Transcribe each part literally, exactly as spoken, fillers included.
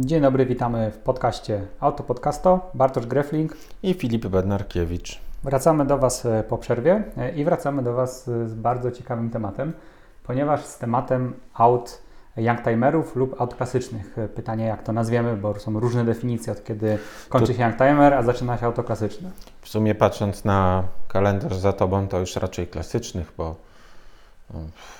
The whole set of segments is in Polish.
Dzień dobry, witamy w podcaście Autopodcasto. Bartosz Grefling i Filip Bednarkiewicz. Wracamy do Was po przerwie i wracamy do Was z bardzo ciekawym tematem, ponieważ z tematem aut youngtimerów lub aut klasycznych. Pytanie, jak to nazwiemy, bo są różne definicje, od kiedy kończy się youngtimer, a zaczyna się auto klasyczne. W sumie patrząc na kalendarz za Tobą, to już raczej klasycznych, bo no,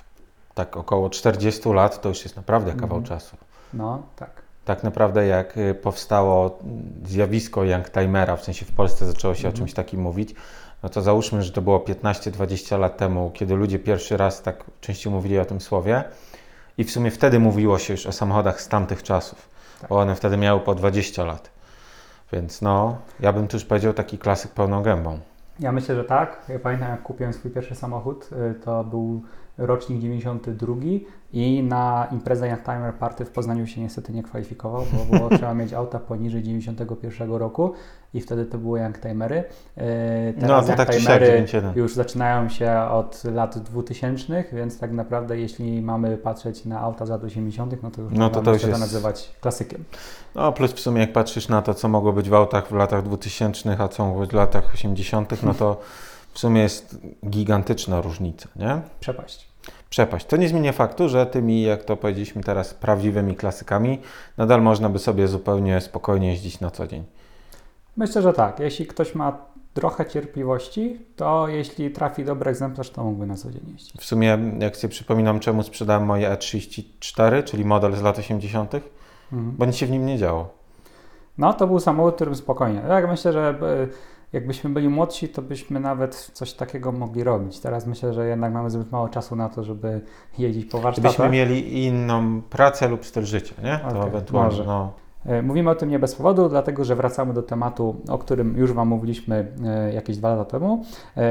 tak około czterdziestu lat to już jest naprawdę kawał mm. czasu. No, tak. Tak naprawdę jak powstało zjawisko youngtimera, w sensie w Polsce zaczęło się mm. o czymś takim mówić, no to załóżmy, że to było piętnaście dwadzieścia lat temu, kiedy ludzie pierwszy raz tak częściej mówili o tym słowie i w sumie wtedy mówiło się już o samochodach z tamtych czasów, tak. Bo one wtedy miały po dwadzieścia lat. Więc no, ja bym tu już powiedział taki klasyk pełną gębą. Ja myślę, że tak. Ja pamiętam, jak kupiłem swój pierwszy samochód, to był rocznik dziewięćdziesiąty drugi i na imprezę Youngtimer Party w Poznaniu się niestety nie kwalifikował, bo było trzeba mieć auta poniżej dziewięćdziesiątego pierwszego roku i wtedy to były Youngtimery. Teraz no, to Youngtimery tak już zaczynają się od lat dwutysięcznych, więc tak naprawdę jeśli mamy patrzeć na auta z lat osiemdziesiątych, no to już no to, to, już to jest... nazywać klasykiem. No plus w sumie jak patrzysz na to, co mogło być w autach w latach dwutysięcznych, a co mogło być w latach osiemdziesiątych, no to w sumie jest gigantyczna różnica, nie? Przepaść. Przepaść. To nie zmienia faktu, że tymi, jak to powiedzieliśmy teraz, prawdziwymi klasykami nadal można by sobie zupełnie spokojnie jeździć na co dzień. Myślę, że tak. Jeśli ktoś ma trochę cierpliwości, to jeśli trafi dobry egzemplarz, to mógłby na co dzień jeździć. W sumie, jak sobie przypominam, czemu sprzedałem moje E trzydzieści cztery, czyli model z lat osiemdziesiątych, mhm. bo nic się w nim nie działo. No, to był samochód, którym spokojnie. Tak, myślę, że jakbyśmy byli młodsi, to byśmy nawet coś takiego mogli robić. Teraz myślę, że jednak mamy zbyt mało czasu na to, żeby jeździć po warsztatach. Gdybyśmy mieli inną pracę lub styl życia, nie? To okay, ewentualnie, może. No. Mówimy o tym nie bez powodu, dlatego że wracamy do tematu, o którym już Wam mówiliśmy jakieś dwa lata temu.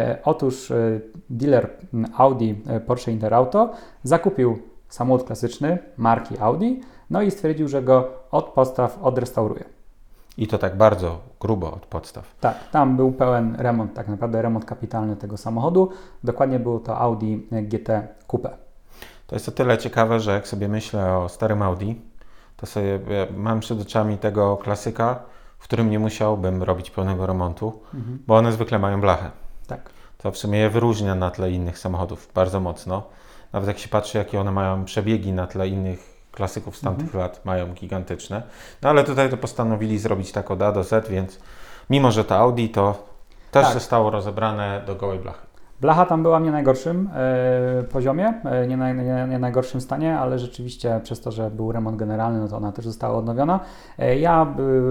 Otóż dealer Audi Porsche Interauto zakupił samochód klasyczny marki Audi, no i stwierdził, że go od podstaw odrestauruje. I to tak bardzo grubo od podstaw. Tak, tam był pełen remont, tak naprawdę remont kapitalny tego samochodu. Dokładnie było to Audi G T Coupe. To jest o tyle ciekawe, że jak sobie myślę o starym Audi, to sobie mam przed oczami tego klasyka, w którym nie musiałbym robić pełnego remontu, mhm. bo one zwykle mają blachę. Tak. To w sumie je wyróżnia na tle innych samochodów bardzo mocno. Nawet jak się patrzy, jakie one mają przebiegi na tle innych klasyków z tamtych mhm. lat, mają gigantyczne. No ale tutaj to postanowili zrobić tak od A do Z, więc mimo, że to Audi, to też tak. zostało rozebrane do gołej blachy. Blacha tam była w nie najgorszym e, poziomie, e, nie, na, nie, nie najgorszym stanie, ale rzeczywiście przez to, że był remont generalny, no to ona też została odnowiona. E, ja e,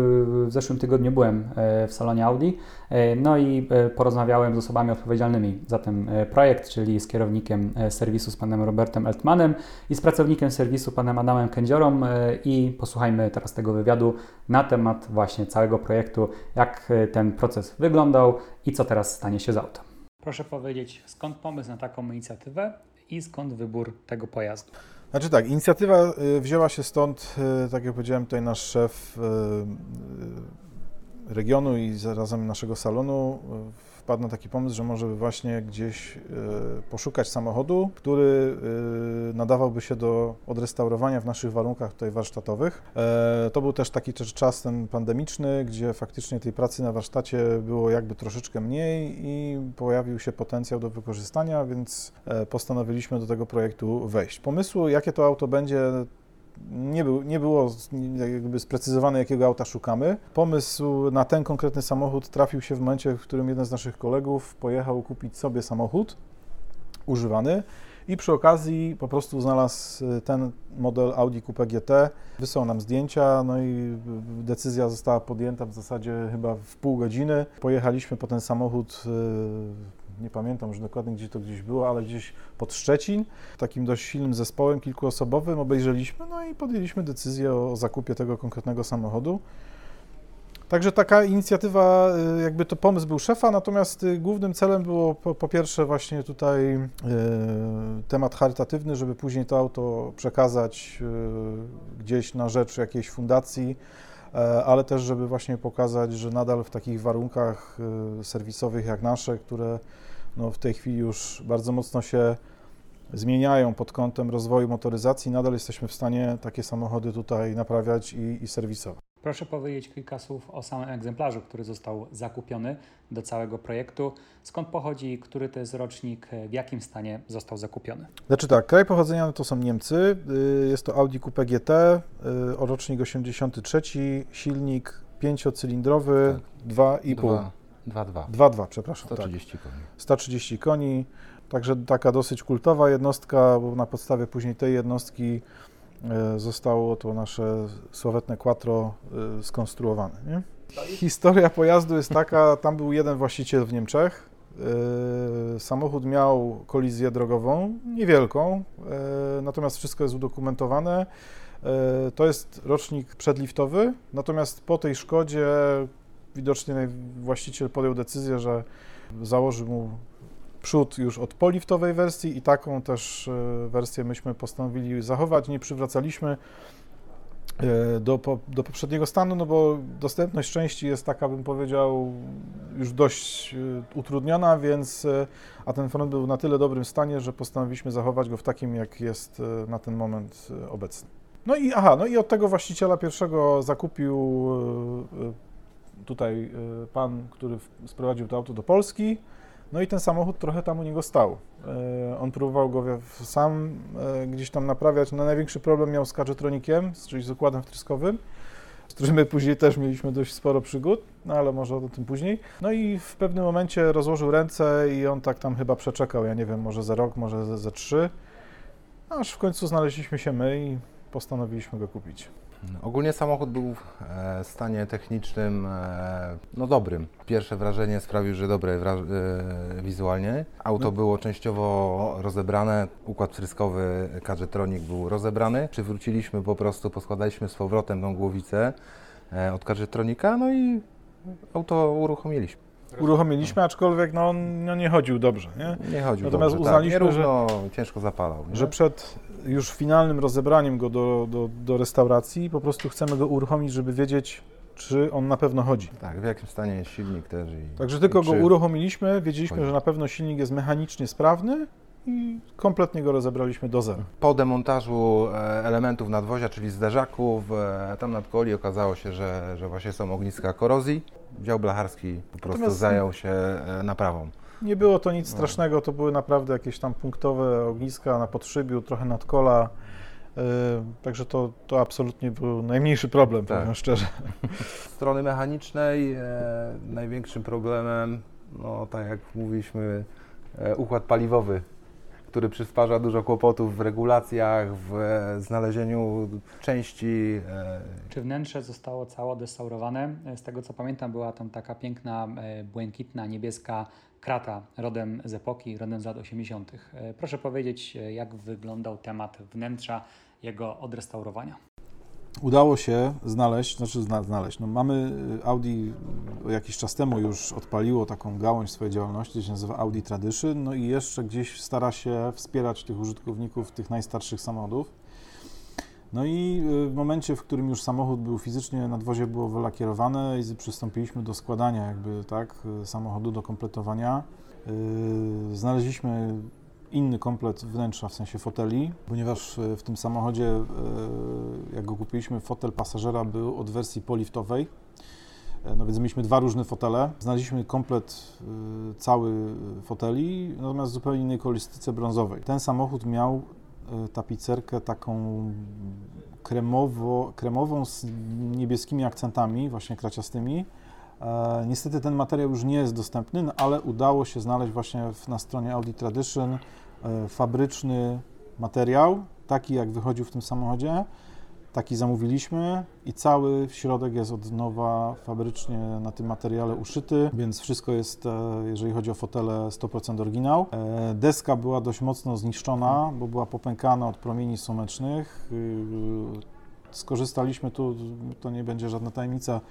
w zeszłym tygodniu byłem e, w salonie Audi, e, no i e, porozmawiałem z osobami odpowiedzialnymi za ten e, projekt, czyli z kierownikiem e, serwisu z panem Robertem Eltmanem i z pracownikiem serwisu panem Adamem Kędziorą e, i posłuchajmy teraz tego wywiadu na temat właśnie całego projektu, jak e, ten proces wyglądał i co teraz stanie się z autem. Proszę powiedzieć, skąd pomysł na taką inicjatywę i skąd wybór tego pojazdu? Znaczy tak, inicjatywa wzięła się stąd, tak jak powiedziałem, tutaj nasz szef regionu i zarazem naszego salonu wpadł na taki pomysł, że może by właśnie gdzieś poszukać samochodu, który nadawałby się do odrestaurowania w naszych warunkach tutaj warsztatowych. To był też taki też czas ten pandemiczny, gdzie faktycznie tej pracy na warsztacie było jakby troszeczkę mniej i pojawił się potencjał do wykorzystania, więc postanowiliśmy do tego projektu wejść. Pomysłu, jakie to auto będzie, Nie, był, nie było jakby sprecyzowane, jakiego auta szukamy. Pomysł na ten konkretny samochód trafił się w momencie, w którym jeden z naszych kolegów pojechał kupić sobie samochód używany i przy okazji po prostu znalazł ten model Audi Coupe G T, wysłał nam zdjęcia, no i decyzja została podjęta w zasadzie chyba w pół godziny. Pojechaliśmy po ten samochód, nie pamiętam już dokładnie, gdzie to gdzieś było, ale gdzieś pod Szczecin, takim dość silnym zespołem kilkuosobowym, obejrzeliśmy, no i podjęliśmy decyzję o zakupie tego konkretnego samochodu. Także taka inicjatywa, jakby to pomysł był szefa, natomiast głównym celem było po, po pierwsze właśnie tutaj y, temat charytatywny, żeby później to auto przekazać y, gdzieś na rzecz jakiejś fundacji, y, ale też żeby właśnie pokazać, że nadal w takich warunkach y, serwisowych jak nasze, które no, w tej chwili już bardzo mocno się zmieniają pod kątem rozwoju motoryzacji, nadal jesteśmy w stanie takie samochody tutaj naprawiać i, i serwisować. Proszę powiedzieć kilka słów o samym egzemplarzu, który został zakupiony do całego projektu. Skąd pochodzi, który to jest rocznik, w jakim stanie został zakupiony? Znaczy tak, kraj pochodzenia to są Niemcy, jest to Audi Coupe G T, o rocznik osiemdziesiąty trzeci, silnik pięciocylindrowy, Tak. dwa i pół. dwa dwa. dwa dwa, przepraszam. sto trzydzieści tak. koni. sto trzydzieści koni, także taka dosyć kultowa jednostka, bo na podstawie później tej jednostki e, zostało to nasze sławetne Quattro e, skonstruowane. Nie? Historia pojazdu jest taka, tam był jeden właściciel w Niemczech, e, samochód miał kolizję drogową, niewielką, e, natomiast wszystko jest udokumentowane. E, to jest rocznik przedliftowy, natomiast po tej szkodzie widocznie właściciel podjął decyzję, że założy mu przód już od poliftowej wersji i taką też wersję myśmy postanowili zachować. Nie przywracaliśmy do, do poprzedniego stanu, no bo dostępność części jest taka, bym powiedział, już dość utrudniona, więc a ten front był na tyle dobrym stanie, że postanowiliśmy zachować go w takim, jak jest na ten moment obecny. No i aha, no i od tego właściciela pierwszego zakupił tutaj pan, który sprowadził to auto do Polski, no i ten samochód trochę tam u niego stał. On próbował go sam gdzieś tam naprawiać. No, największy problem miał z Kadżetronikiem, czyli z układem wtryskowym, z którym my później też mieliśmy dość sporo przygód, no ale może o tym później. No i w pewnym momencie rozłożył ręce i on tak tam chyba przeczekał, ja nie wiem, może za rok, może za, za trzy, aż w końcu znaleźliśmy się my i postanowiliśmy go kupić. Ogólnie samochód był w stanie technicznym no dobrym. Pierwsze wrażenie sprawił, że dobre wra- wizualnie. Auto no. było częściowo rozebrane, układ wtryskowy Kadżetronik był rozebrany. Przywróciliśmy po prostu, poskładaliśmy z powrotem tą głowicę od Kadżetronika, no i auto uruchomiliśmy. Uruchomiliśmy, aczkolwiek no, on no, nie chodził dobrze, nie? Nie chodził Natomiast dobrze, uznaliśmy, tak. Nierówno, że ciężko zapalał. Nie? Że przed już finalnym rozebraniem go do, do, do restauracji po prostu chcemy go uruchomić, żeby wiedzieć, czy on na pewno chodzi. Tak, w jakim stanie jest silnik też. I, Także tylko i go uruchomiliśmy, wiedzieliśmy, chodzi. że na pewno silnik jest mechanicznie sprawny i kompletnie go rozebraliśmy do zera. Po demontażu elementów nadwozia, czyli zderzaków, tam nad koli okazało się, że, że właśnie są ogniska korozji. Dział blacharski po prostu Natomiast zajął się naprawą. Nie było to nic strasznego, to były naprawdę jakieś tam punktowe ogniska na podszybiu, trochę nad kola. Yy, także to, to absolutnie był najmniejszy problem, tak. powiem szczerze. Z strony mechanicznej e, największym problemem, no tak jak mówiliśmy, e, układ paliwowy, który przysparza dużo kłopotów w regulacjach, w e, znalezieniu części. E. Czy wnętrze zostało cało odrestaurowane? Z tego co pamiętam, była tam taka piękna, e, błękitna, niebieska krata rodem z epoki, rodem z lat osiemdziesiątych. E, proszę powiedzieć, jak wyglądał temat wnętrza, jego odrestaurowania? Udało się znaleźć, znaczy zna, znaleźć, no mamy Audi jakiś czas temu już odpaliło taką gałąź swojej działalności, która się nazywa Audi Tradition, no i jeszcze gdzieś stara się wspierać tych użytkowników tych najstarszych samochodów. No i w momencie, w którym już samochód był fizycznie, nadwozie było wylakierowane i przystąpiliśmy do składania jakby tak samochodu, do kompletowania. Yy, znaleźliśmy inny komplet wnętrza, w sensie foteli, ponieważ w tym samochodzie, jak go kupiliśmy, fotel pasażera był od wersji poliftowej, no więc mieliśmy dwa różne fotele. Znaleźliśmy komplet cały foteli, natomiast w zupełnie innej kolorystyce brązowej. Ten samochód miał tapicerkę taką kremowo, kremową z niebieskimi akcentami, właśnie kraciastymi. E, niestety ten materiał już nie jest dostępny, no, ale udało się znaleźć właśnie w, na stronie Audi Tradition e, fabryczny materiał, taki jak wychodził w tym samochodzie. Taki zamówiliśmy i cały środek jest od nowa fabrycznie na tym materiale uszyty, więc wszystko jest, jeżeli chodzi o fotele, sto procent oryginał. Deska była dość mocno zniszczona, bo była popękana od promieni słonecznych. Skorzystaliśmy tu, to nie będzie żadna tajemnica,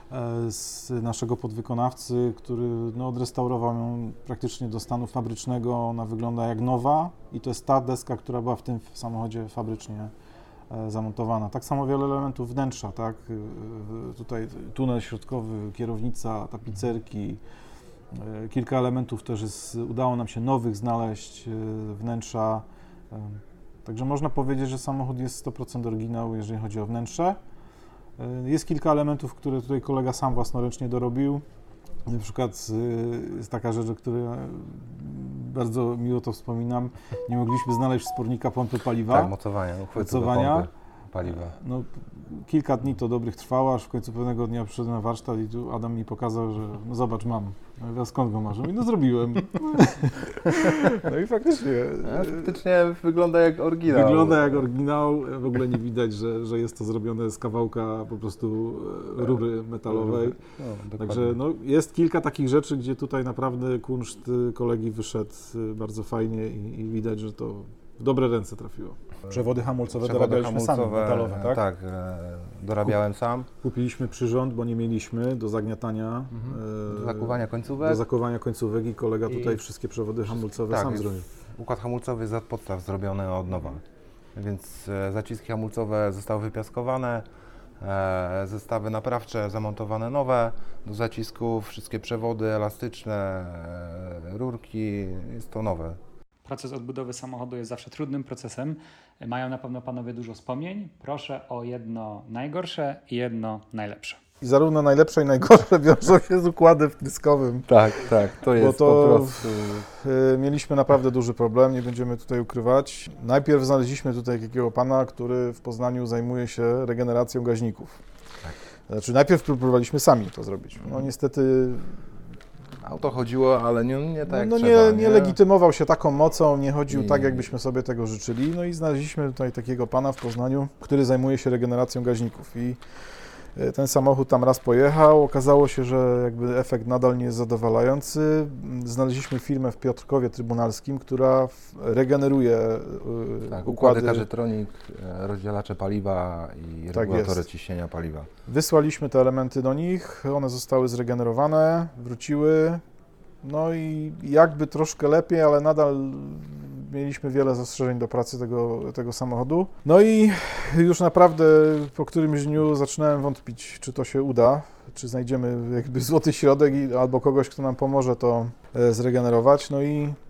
z naszego podwykonawcy, który no, odrestaurował ją praktycznie do stanu fabrycznego. Ona wygląda jak nowa i to jest ta deska, która była w tym samochodzie fabrycznie zamontowana. Tak samo wiele elementów wnętrza, tak? Tutaj tunel środkowy, kierownica, tapicerki, kilka elementów też jest, udało nam się nowych znaleźć wnętrza, Także można powiedzieć, że samochód jest sto procent oryginał, jeżeli chodzi o wnętrze. Jest kilka elementów, które tutaj kolega sam własnoręcznie dorobił. Na przykład jest taka rzecz, o której bardzo miło to wspominam. Nie mogliśmy znaleźć wspórnika pompy paliwa. Tak, mocowania, uchwytu mocowania. do pompy paliwa. No, kilka dni to dobrych trwało, aż w końcu pewnego dnia przyszedłem na warsztat i tu Adam mi pokazał, że no zobacz, mam. Ja mówię, skąd go masz? I no zrobiłem. No i faktycznie. A faktycznie wygląda jak oryginał. Wygląda jak oryginał. W ogóle nie widać, że, że jest to zrobione z kawałka po prostu rury metalowej. No, Także no, jest kilka takich rzeczy, gdzie tutaj naprawdę kunszt kolegi wyszedł bardzo fajnie i, i widać, że to w dobre ręce trafiło. Przewody hamulcowe Przewody dorabialiśmy sami, hamulcowe, metalowe, tak? Tak, e, dorabiałem sam. Kupiliśmy przyrząd, bo nie mieliśmy, do zagniatania, Mhm. e, Do zakuwania końcówek. do zakuwania końcówek i kolega I tutaj wszystkie przewody hamulcowe tak, sam jest zrobił. Układ hamulcowy jest od podstaw zrobiony od nowa. Więc e, zaciski hamulcowe zostały wypiaskowane, e, zestawy naprawcze zamontowane nowe do zacisków, wszystkie przewody elastyczne, e, rurki, jest to nowe. Proces odbudowy samochodu jest zawsze trudnym procesem. Mają na pewno panowie dużo wspomnień. Proszę o jedno najgorsze i jedno najlepsze. I zarówno najlepsze i najgorsze wiążą się z układem wtryskowym. Tak, tak, to jest to, po prostu... y, mieliśmy naprawdę duży problem, nie będziemy tutaj ukrywać. Najpierw znaleźliśmy tutaj takiego pana, który w Poznaniu zajmuje się regeneracją gaźników. Tak. Znaczy najpierw próbowaliśmy sami to zrobić. No niestety Auto chodziło, ale nie, nie tak no, jak no trzeba, nie, nie legitymował się taką mocą, nie chodził I- tak, jakbyśmy sobie tego życzyli. No i znaleźliśmy tutaj takiego pana w Poznaniu, który zajmuje się regeneracją gaźników. I y, ten samochód tam raz pojechał, okazało się, że jakby efekt nadal nie jest zadowalający. Znaleźliśmy firmę w Piotrkowie Trybunalskim, która w- regeneruje y, Tak, układy układy. Cargetronic, e, rozdzielacze paliwa i Tak regulatory jest. ciśnienia paliwa. Wysłaliśmy te elementy do nich, one zostały zregenerowane, wróciły. No i jakby troszkę lepiej, ale nadal mieliśmy wiele zastrzeżeń do pracy tego, tego samochodu. No i już naprawdę po którymś dniu zaczynałem wątpić, czy to się uda, czy znajdziemy jakby złoty środek i, albo kogoś, kto nam pomoże to e, zregenerować. No i e,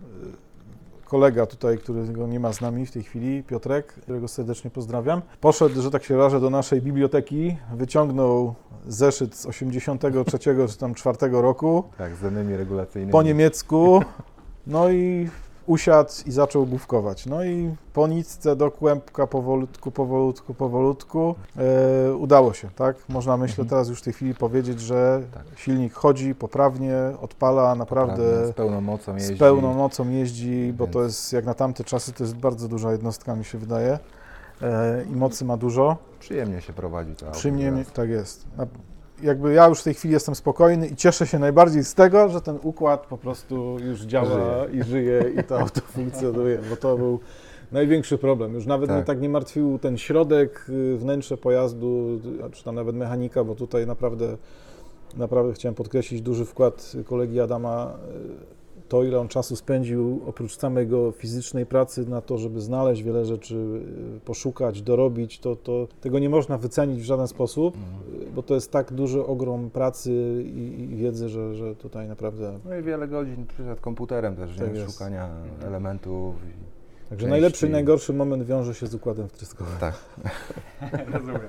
kolega tutaj, którego nie ma z nami w tej chwili, Piotrek, którego serdecznie pozdrawiam, poszedł, że tak się wyrażę, do naszej biblioteki, wyciągnął zeszyt z osiemdziesiątego trzeciego czy tam czwartego roku, Tak, z danymi regulacyjnymi. po niemiecku, no i usiadł i zaczął główkować. No i po nitce do kłębka powolutku, powolutku, powolutku e, udało się, tak? Można, myślę, Mhm. teraz już w tej chwili powiedzieć, że Tak. silnik chodzi poprawnie, odpala naprawdę Prawda, z pełną mocą jeździ. z pełną mocą jeździ, bo to Więc- jest jak na tamte czasy, to jest bardzo duża jednostka, mi się wydaje. E, I mocy ma dużo. Przyjemnie się prowadzi to auto. Przyjemnie, teraz. tak jest. Na, jakby ja już w tej chwili jestem spokojny i cieszę się najbardziej z tego, że ten układ po prostu już działa Żyje. i żyje i to auto funkcjonuje, bo to był największy problem. Już nawet Tak. mnie tak nie martwił ten środek, y, wnętrze pojazdu, y, czy tam nawet mechanika, bo tutaj naprawdę, naprawdę chciałem podkreślić duży wkład kolegi Adama, y, to ile on czasu spędził oprócz samego fizycznej pracy na to, żeby znaleźć wiele rzeczy, y, poszukać, dorobić, to, to tego nie można wycenić w żaden sposób, Mhm. y, bo to jest tak duży ogrom pracy i, i wiedzy, że, że tutaj naprawdę... No i wiele godzin przed komputerem też, Tak nie? jest. Szukania elementów. I... Także części. najlepszy i najgorszy moment wiąże się z układem wtryskowym. Tak. Rozumiesz.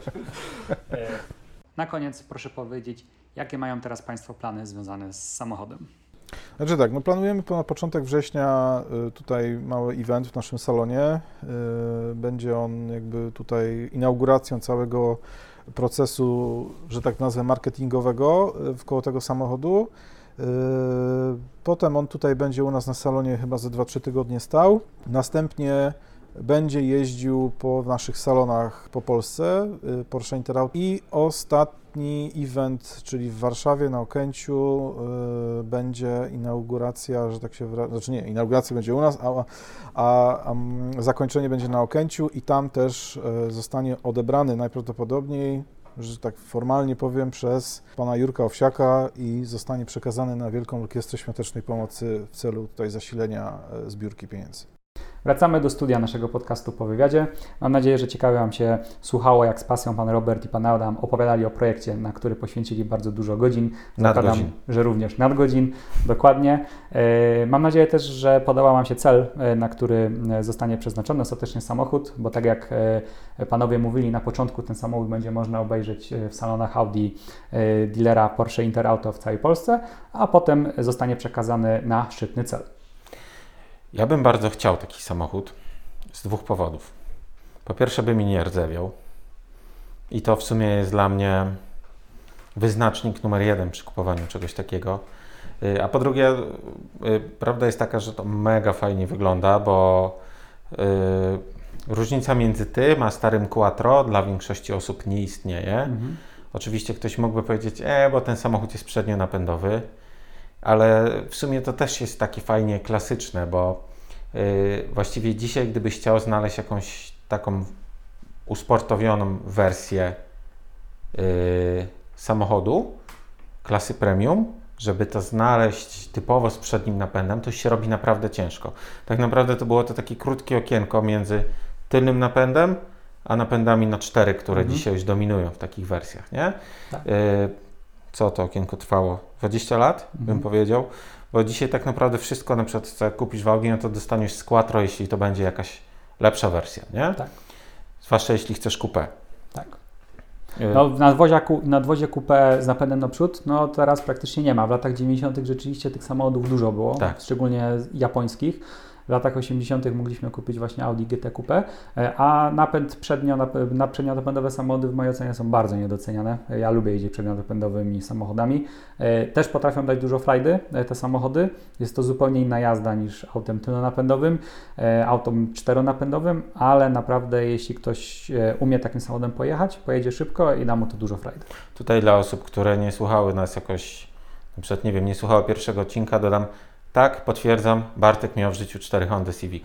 Na koniec proszę powiedzieć, jakie mają teraz Państwo plany związane z samochodem? Znaczy tak, no planujemy na początek września y, tutaj mały event w naszym salonie. Y, Będzie on jakby tutaj inauguracją całego procesu, że tak nazwę, marketingowego y, wkoło tego samochodu. Y, Potem on tutaj będzie u nas na salonie chyba ze dwa trzy tygodnie stał. Następnie będzie jeździł po naszych salonach po Polsce, y, Porsche Interauto. I ostatni event, czyli w Warszawie na Okęciu, y, będzie inauguracja, że tak się wyrażę, znaczy nie, inauguracja będzie u nas, a, a, a mm, zakończenie będzie na Okęciu i tam też y, zostanie odebrany najprawdopodobniej, że tak formalnie powiem, przez pana Jurka Owsiaka i zostanie przekazany na Wielką Orkiestrę Świątecznej Pomocy w celu tutaj zasilenia y, zbiórki pieniędzy. Wracamy do studia naszego podcastu po wywiadzie. Mam nadzieję, że ciekawie Wam się słuchało, jak z pasją Pan Robert i Pan Adam opowiadali o projekcie, na który poświęcili bardzo dużo godzin. Zakładam, Nadgodzin. że również nadgodzin, dokładnie. Mam nadzieję też, że podobał Wam się cel, na który zostanie przeznaczony ostatecznie samochód, bo tak jak Panowie mówili na początku, ten samochód będzie można obejrzeć w salonach Audi dealera Porsche Interauto w całej Polsce, a potem zostanie przekazany na szczytny cel. Ja bym bardzo chciał taki samochód z dwóch powodów. Po pierwsze, by mi nie rdzewiał i to w sumie jest dla mnie wyznacznik numer jeden przy kupowaniu czegoś takiego. A po drugie, prawda jest taka, że to mega fajnie wygląda, bo yy, różnica między tym a starym Quattro dla większości osób nie istnieje. Mhm. Oczywiście ktoś mógłby powiedzieć, e, bo ten samochód jest przednionapędowy, ale w sumie to też jest takie fajnie klasyczne, bo yy, właściwie dzisiaj, gdybyś chciał znaleźć jakąś taką usportowioną wersję yy, samochodu klasy premium, żeby to znaleźć typowo z przednim napędem, to się robi naprawdę ciężko. Tak naprawdę to było to takie krótkie okienko między tylnym napędem, a napędami na cztery, które mhm. dzisiaj już dominują w takich wersjach, nie? Tak. Yy, co to okienko trwało? dwadzieścia lat, mhm. bym powiedział, bo dzisiaj tak naprawdę wszystko, na przykład co kupisz w Audi, no to dostaniesz z Quattro, jeśli to będzie jakaś lepsza wersja, nie? Tak. Zwłaszcza jeśli chcesz coupé. Tak. No, w nadwozie, nadwozie coupé z napędem naprzód, no teraz praktycznie nie ma. W latach dziewięćdziesiątych rzeczywiście tych samochodów dużo było, tak. szczególnie japońskich. W latach osiemdziesiątych mogliśmy kupić właśnie Audi G T Coupé, a napęd przednio, na przednionapędowe samochody w mojej ocenie są bardzo niedoceniane. Ja lubię jeździć przednionapędowymi samochodami. Też potrafią dać dużo frajdy te samochody. Jest to zupełnie inna jazda niż autem tylnonapędowym, autem czteronapędowym, ale naprawdę jeśli ktoś umie takim samochodem pojechać, pojedzie szybko i da mu to dużo frajdy. Tutaj dla osób, które nie słuchały nas jakoś, na przykład nie wiem, nie słuchały pierwszego odcinka, dodam, tak, potwierdzam, Bartek miał w życiu cztery Hondy Civic.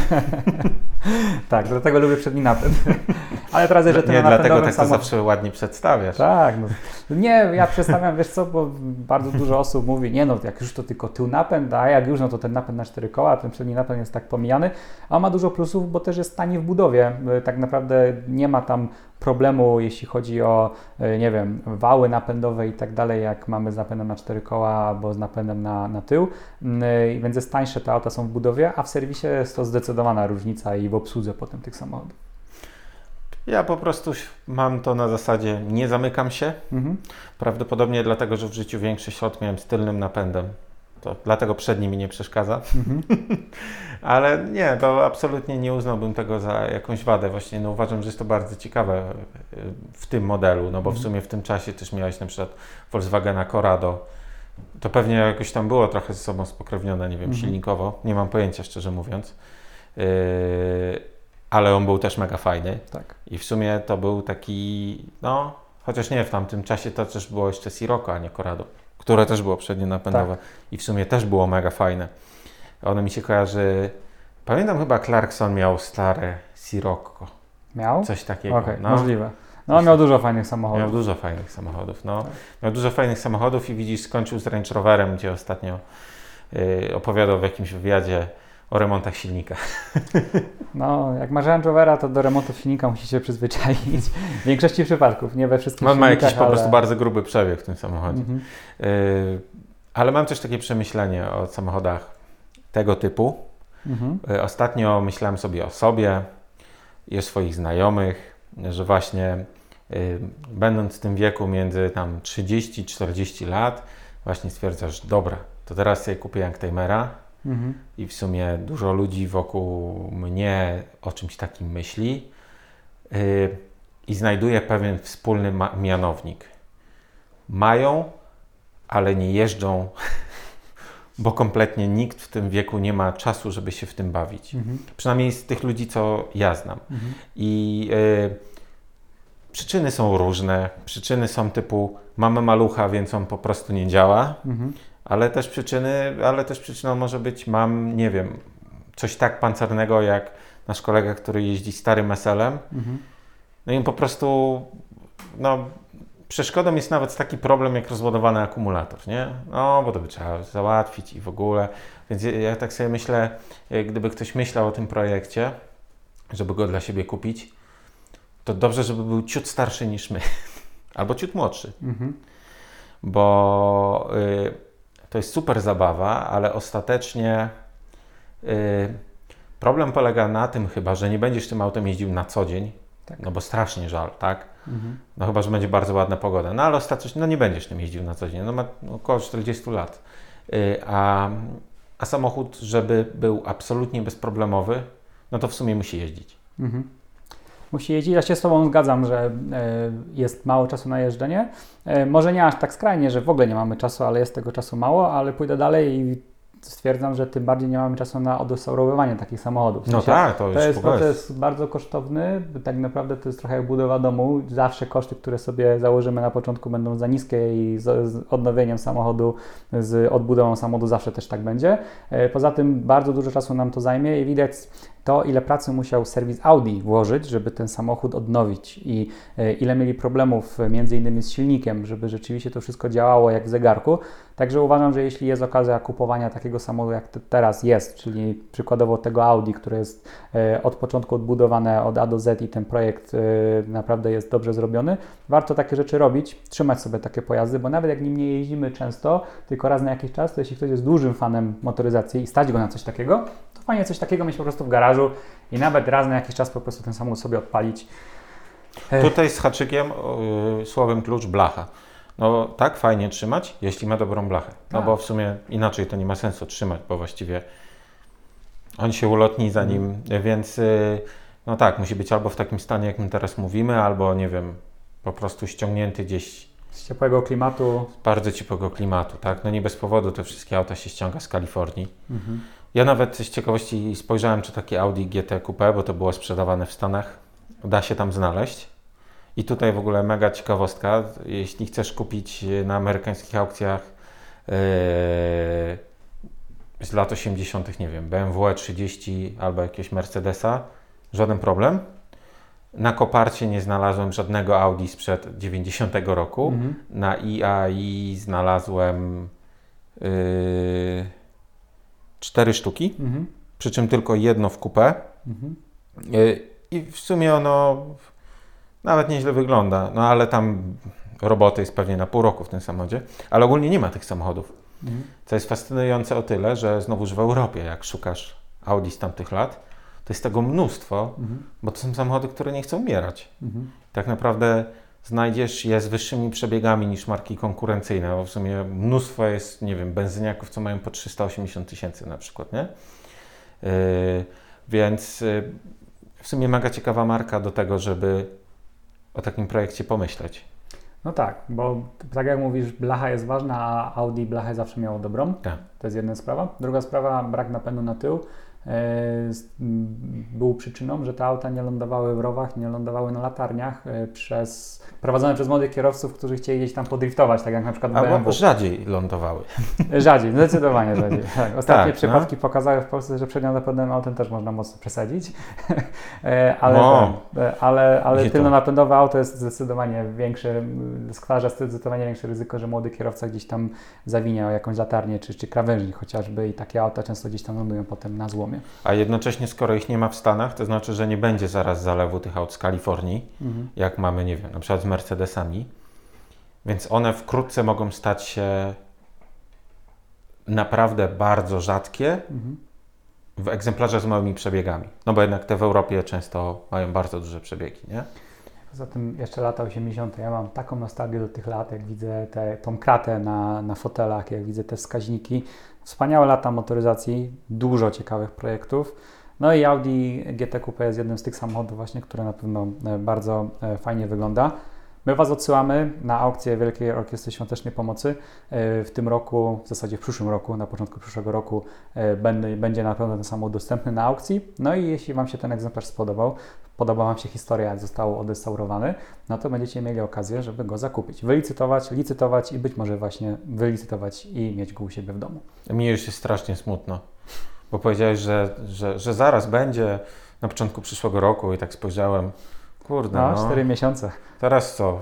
Tak, dlatego lubię przedni napęd. Ale teraz, że ten nie, dlatego tak to samochód... zawsze ładnie przedstawiasz. Tak, no. Nie, ja przedstawiam, wiesz co, bo bardzo dużo osób mówi, nie no, jak już to tylko tył napęd, a jak już, no to ten napęd na cztery koła, ten przedni napęd jest tak pomijany, a ma dużo plusów, bo też jest tani w budowie. Tak naprawdę nie ma tam problemu, jeśli chodzi o, nie wiem, wały napędowe i tak dalej, jak mamy z napędem na cztery koła albo z napędem na, na tył, więc jest tańsze, te auta są w budowie, a w serwisie jest to zdecydowana różnica i w obsłudze potem tych samochodów. Ja po prostu mam to na zasadzie, nie zamykam się, mhm. prawdopodobnie dlatego, że w życiu większość aut miałem z tylnym napędem. To dlatego przedni mi nie przeszkadza. Mhm. Ale nie, to absolutnie nie uznałbym tego za jakąś wadę. Właśnie no, uważam, że jest to bardzo ciekawe w tym modelu, no bo mhm. w sumie w tym czasie też miałeś na przykład Volkswagena Corrado. To pewnie jakoś tam było trochę ze sobą spokrewnione, nie wiem, mhm. silnikowo. Nie mam pojęcia, szczerze mówiąc. Yy, ale on był też mega fajny. Tak. I w sumie to był taki, no, chociaż nie, w tamtym czasie to też było jeszcze Sirocco, a nie Corrado, które też było przednionapędowe tak. i w sumie też było mega fajne. One mi się kojarzy, pamiętam chyba Clarkson miał stare Sirocco. Miał? Coś takiego. Okej, okay, no. możliwe. No on miał dużo fajnych samochodów. Miał dużo fajnych samochodów, no. Tak. Miał dużo fajnych samochodów i widzisz, skończył z Range Roverem, gdzie ostatnio yy, opowiadał w jakimś wywiadzie o remontach silnika. No, jak masz Range Rovera, to do remontu silnika musisz się przyzwyczaić. W większości przypadków, nie we wszystkich On ma jakiś ale... po prostu bardzo gruby przebieg w tym samochodzie. Mhm. Yy, ale mam też takie przemyślenie o samochodach tego typu. Mhm. Yy, ostatnio myślałem sobie o sobie i o swoich znajomych, że właśnie yy, będąc w tym wieku między tam trzydzieści czterdzieści lat, właśnie stwierdzasz, dobra, to teraz sobie kupię Youngtimera. Mhm. I w sumie dużo ludzi wokół mnie o czymś takim myśli yy, i znajduje pewien wspólny ma- mianownik. Mają, ale nie jeżdżą, bo kompletnie nikt w tym wieku nie ma czasu, żeby się w tym bawić. Mhm. Przynajmniej z tych ludzi, co ja znam. Mhm. I yy, przyczyny są różne. Przyczyny są typu mamy malucha, więc on po prostu nie działa. Mhm. Ale też przyczyny, ale też przyczyną może być, mam, nie wiem, coś tak pancernego jak nasz kolega, który jeździ starym S L-em. Mhm. No i po prostu, no, przeszkodą jest nawet taki problem jak rozładowany akumulator, nie? No, bo to by trzeba załatwić i w ogóle. Więc ja, ja tak sobie myślę, gdyby ktoś myślał o tym projekcie, żeby go dla siebie kupić, to dobrze, żeby był ciut starszy niż my. Albo ciut młodszy. Mhm. Bo y, to jest super zabawa, ale ostatecznie y, problem polega na tym chyba, że nie będziesz tym autem jeździł na co dzień, Tak. no bo strasznie żal, tak? Mhm. No chyba, że będzie bardzo ładna pogoda. No ale ostatecznie no nie będziesz tym jeździł na co dzień. No ma około czterdzieści lat. Y, a, a samochód, żeby był absolutnie bezproblemowy, no to w sumie musi jeździć. Mhm. Musi jeździć. Ja się z Tobą zgadzam, że e, jest mało czasu na jeżdżenie. E, może nie aż tak skrajnie, że w ogóle nie mamy czasu, ale jest tego czasu mało, ale pójdę dalej i stwierdzam, że tym bardziej nie mamy czasu na odrestaurowywanie takich samochodów. W No sensie, tak, to, to już jest w ogóle proces bardzo kosztowny. Tak naprawdę to jest trochę jak budowa domu. Zawsze koszty, które sobie założymy na początku, będą za niskie i z, z odnowieniem samochodu, z odbudową samochodu zawsze też tak będzie. E, poza tym bardzo dużo czasu nam to zajmie i widać to, ile pracy musiał serwis Audi włożyć, żeby ten samochód odnowić i e, ile mieli problemów między innymi z silnikiem, żeby rzeczywiście to wszystko działało jak w zegarku. Także uważam, że jeśli jest okazja kupowania takiego samochodu, jak to teraz jest, czyli przykładowo tego Audi, które jest e, od początku odbudowane od A do Z i ten projekt e, naprawdę jest dobrze zrobiony, warto takie rzeczy robić, trzymać sobie takie pojazdy, bo nawet jak nim nie jeździmy często, tylko raz na jakiś czas, to jeśli ktoś jest dużym fanem motoryzacji i stać go na coś takiego, to fajnie coś takiego mieć po prostu w garażu i nawet raz na jakiś czas po prostu ten samochód sobie odpalić. Tutaj z haczykiem, yy, słowem klucz, blacha. No tak, fajnie trzymać, jeśli ma dobrą blachę. No Tak. bo w sumie inaczej to nie ma sensu trzymać, bo właściwie on się ulotni zanim, mm. więc yy, no tak, musi być albo w takim stanie, jak my teraz mówimy, albo nie wiem, po prostu ściągnięty gdzieś Z ciepłego klimatu. z bardzo ciepłego klimatu, tak? No nie bez powodu te wszystkie auta się ściąga z Kalifornii. Mhm. Ja nawet z ciekawości spojrzałem, czy takie Audi G T Coupe, bo to było sprzedawane w Stanach, da się tam znaleźć. I tutaj w ogóle mega ciekawostka, jeśli chcesz kupić na amerykańskich aukcjach yy, z lat osiemdziesiątych, nie wiem, B M W E trzydzieści albo jakiegoś Mercedesa, żaden problem. Na Koparcie nie znalazłem żadnego Audi sprzed dziewięćdziesiątego roku. Mhm. Na I A I znalazłem yy, cztery sztuki, Mhm. przy czym tylko jedno w coupé. Mhm. Yy, I w sumie ono nawet nieźle wygląda, no ale tam roboty jest pewnie na pół roku w tym samochodzie, ale ogólnie nie ma tych samochodów. Mhm. Co jest fascynujące o tyle, że znowuż w Europie, jak szukasz Audi z tamtych lat, to jest tego mnóstwo, Mhm. bo to są samochody, które nie chcą umierać. Mhm. Tak naprawdę znajdziesz je z wyższymi przebiegami niż marki konkurencyjne, bo w sumie mnóstwo jest, nie wiem, benzyniaków, co mają po trzysta osiemdziesiąt tysięcy na przykład, nie? Yy, więc yy, w sumie mega ciekawa marka do tego, żeby o takim projekcie pomyśleć. No tak, bo tak jak mówisz, blacha jest ważna, a Audi blachę zawsze miało dobrą. Tak. To jest jedna sprawa. Druga sprawa, brak napędu na tył e, z- m, był przyczyną, że te auta nie lądowały w rowach, nie lądowały na latarniach e, przez, prowadzone przez młodych kierowców, którzy chcieli gdzieś tam podriftować, tak jak na przykład w B M Albo W. rzadziej lądowały. Rzadziej, zdecydowanie rzadziej. Tak. Ostatnie Tak, przypadki pokazały w Polsce, że przednią napędowym autem też można mocno przesadzić, E, ale, No. ten, e, ale, ale Gdzie to? tylnonapędowe auto jest zdecydowanie większe, m, stwarza zdecydowanie większe ryzyko, że młody kierowca gdzieś tam zawinie o jakąś latarnię czy, czy krawężnik chociażby i takie auta często gdzieś tam lądują potem na złomie. A jednocześnie, skoro ich nie ma w Stanach, to znaczy, że nie będzie zaraz zalewu tych aut z Kalifornii, Mhm. jak mamy, nie wiem, na przykład z Mercedesami. Więc one wkrótce mogą stać się naprawdę bardzo rzadkie Mhm. w egzemplarze z małymi przebiegami. No bo jednak te w Europie często mają bardzo duże przebiegi, nie? Poza tym jeszcze lata osiemdziesiąte. Ja mam taką nostalgię do tych lat, jak widzę te, tą kratę na, na fotelach, jak widzę te wskaźniki. Wspaniałe lata motoryzacji, dużo ciekawych projektów. No i Audi G T Coupe jest jednym z tych samochodów właśnie, które na pewno e, bardzo e, fajnie wygląda. My Was odsyłamy na aukcję Wielkiej Orkiestry Świątecznej Pomocy. E, W tym roku, w zasadzie w przyszłym roku, na początku przyszłego roku e, będę, będzie na pewno ten samochód dostępny na aukcji. No i jeśli Wam się ten egzemplarz spodobał, podoba Wam się historia, jak został odrestaurowany, no to będziecie mieli okazję, żeby go zakupić, wylicytować, licytować i być może właśnie wylicytować i mieć go u siebie w domu. Mi już jest strasznie smutno, bo powiedziałeś, że, że, że zaraz będzie na początku przyszłego roku i tak spojrzałem, kurde, No, no, cztery miesiące. teraz co?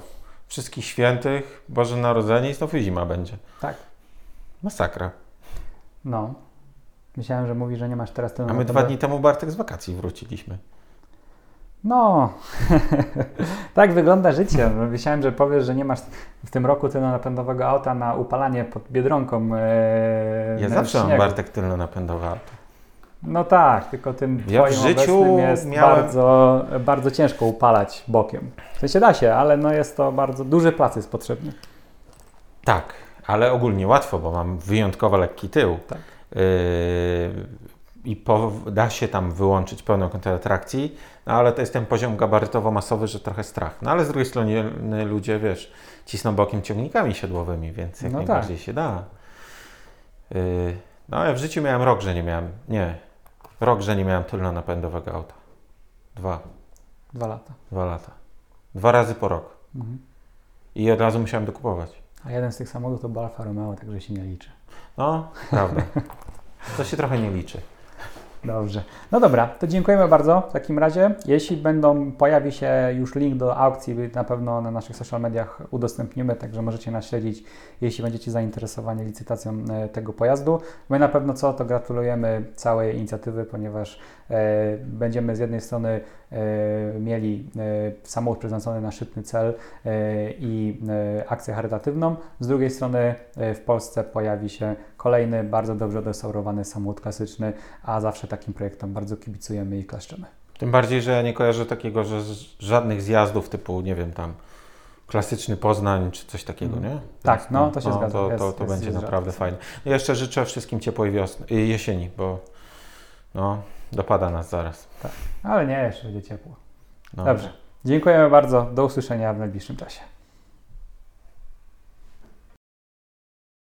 Wszystkich Świętych, Boże Narodzenie i znowu zima będzie. Tak. Masakra. No. Myślałem, że mówi, że nie masz teraz tylu A my dwa dni temu, Bartek, z wakacji wróciliśmy. No, tak wygląda życie. Myślałem, że powiesz, że nie masz w tym roku tylnonapędowego auta na upalanie pod Biedronką. E, Ja na zawsze śniegu. mam, Bartek, tylnonapędowe auto. No tak, tylko tym Ja w twoim życiu obecnym jest miałem- bardzo, bardzo ciężko upalać bokiem. W sensie da się, ale no jest to bardzo duży plac jest potrzebny. Tak, ale ogólnie łatwo, bo mam wyjątkowo lekki tył. Tak. Yy, I po, da się tam wyłączyć pełną kontrolę trakcji, no ale to jest ten poziom gabarytowo-masowy, że trochę strach. No ale z drugiej strony ludzie, wiesz, cisną bokiem ciągnikami siodłowymi, więc jak No najbardziej tak. się da. Yy, no ja w życiu miałem rok, że nie miałem, nie, rok, że nie miałem tylnonapędowego auta. Dwa, Dwa lata. dwa lata. Dwa razy po rok. Mhm. I od razu musiałem dokupować. A jeden z tych samochodów to był Alfa Romeo, także się nie liczy. No, prawda. To się trochę nie liczy. Dobrze. No dobra, to dziękujemy bardzo w takim razie. Jeśli będą, pojawi się już link do aukcji, na pewno na naszych social mediach udostępnimy, także możecie nas śledzić, jeśli będziecie zainteresowani licytacją e, tego pojazdu. My na pewno co, to gratulujemy całej inicjatywy, ponieważ e, będziemy z jednej strony e, mieli e, samochód przeznaczony na szczytny cel e, i e, akcję charytatywną, z drugiej strony e, w Polsce pojawi się kolejny, bardzo dobrze odrestaurowany samochód klasyczny, a zawsze takim projektom bardzo kibicujemy i klaszczemy. Tym bardziej, że ja nie kojarzę takiego, że z- żadnych zjazdów typu, nie wiem, tam klasyczny Poznań czy coś takiego, Mhm. nie? Tak, Więc, no, to się zgadza. To, Jest- to, to jest- będzie jest naprawdę rzadko. fajne. Ja jeszcze życzę wszystkim ciepłej wiosny, y, jesieni, bo no, dopada nas zaraz. Ale nie, jeszcze będzie ciepło. No. Dobrze. Dziękujemy bardzo. Do usłyszenia w najbliższym czasie.